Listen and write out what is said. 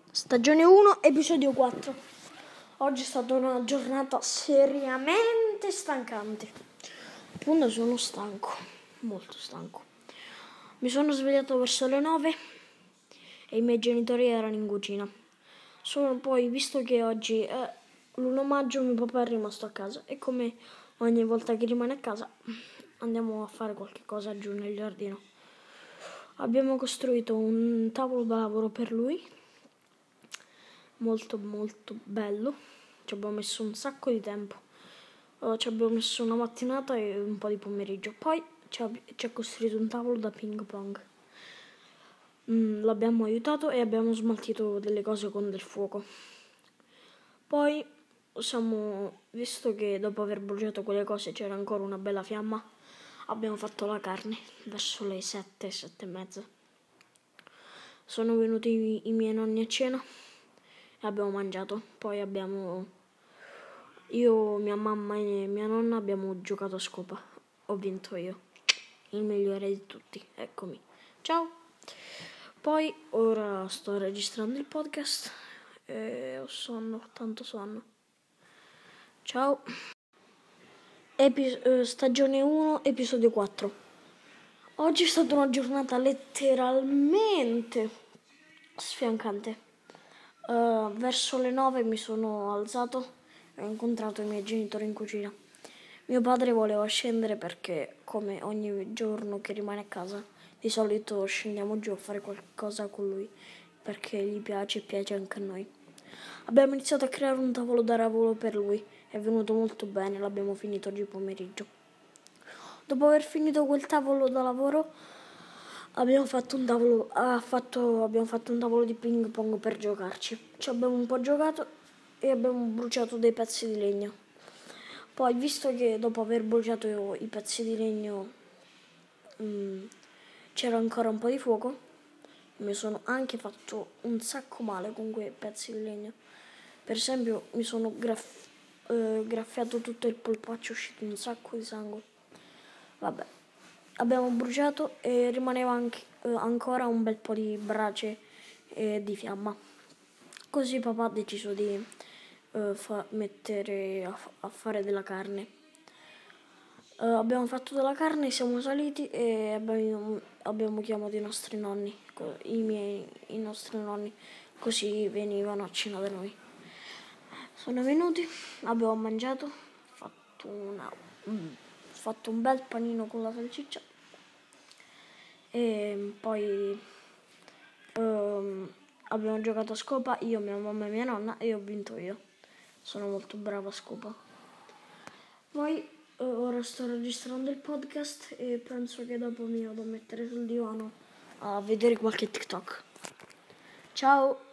Stagione 1, episodio 4. Oggi è stata una giornata seriamente stancante. Appunto sono stanco, molto stanco. Mi sono svegliato verso le 9 e i miei genitori erano in cucina. Poi, visto che oggi è l'1 maggio, mio papà è rimasto a casa e come ogni volta che rimane a casa andiamo a fare qualche cosa giù nel giardino. Abbiamo costruito un tavolo da lavoro per lui, molto molto bello. Ci abbiamo messo un sacco di tempo. Ci abbiamo messo una mattinata e un po' di pomeriggio. Poi ci ha costruito un tavolo da ping pong. L'abbiamo aiutato e abbiamo smaltito delle cose con del fuoco. Poi visto che dopo aver bruciato quelle cose c'era ancora una bella fiamma, abbiamo fatto la carne verso le 7 e mezza. Sono venuti i miei nonni a cena e abbiamo mangiato. Poi io, mia mamma e mia nonna abbiamo giocato a scopa. Ho vinto io, il migliore di tutti. Eccomi. Ciao. Poi ora sto registrando il podcast e ho sonno, tanto sonno. Ciao. Stagione 1, episodio 4. Oggi è stata una giornata letteralmente sfiancante. Verso le 9 mi sono alzato e ho incontrato i miei genitori in cucina. Mio padre voleva scendere perché, come ogni giorno che rimane a casa, di solito scendiamo giù a fare qualcosa con lui perché gli piace e piace anche a noi. Abbiamo iniziato a creare un tavolo da lavoro per lui, è venuto molto bene, l'abbiamo finito oggi pomeriggio. Dopo aver finito quel tavolo da lavoro abbiamo fatto un tavolo di ping pong per giocarci. Ci abbiamo un po' giocato e abbiamo bruciato dei pezzi di legno. Poi, visto che dopo aver bruciato i pezzi di legno c'era ancora un po' di fuoco, mi sono anche fatto un sacco male con quei pezzi di legno. Per esempio mi sono graffiato tutto il polpaccio, è uscito un sacco di sangue. Vabbè, abbiamo bruciato e rimaneva ancora un bel po' di brace e di fiamma. Così papà ha deciso di mettere a fare della carne. Abbiamo fatto della carne, siamo saliti e abbiamo chiamato i nostri nonni, i nostri nonni, così venivano a cena da noi. Sono venuti, abbiamo mangiato, fatto un bel panino con la salsiccia e poi abbiamo giocato a scopa, io, mia mamma e mia nonna, e ho vinto io. Sono molto brava a scopa. Poi ora sto registrando il podcast e penso che dopo mi vado a mettere sul divano a vedere qualche TikTok. Ciao!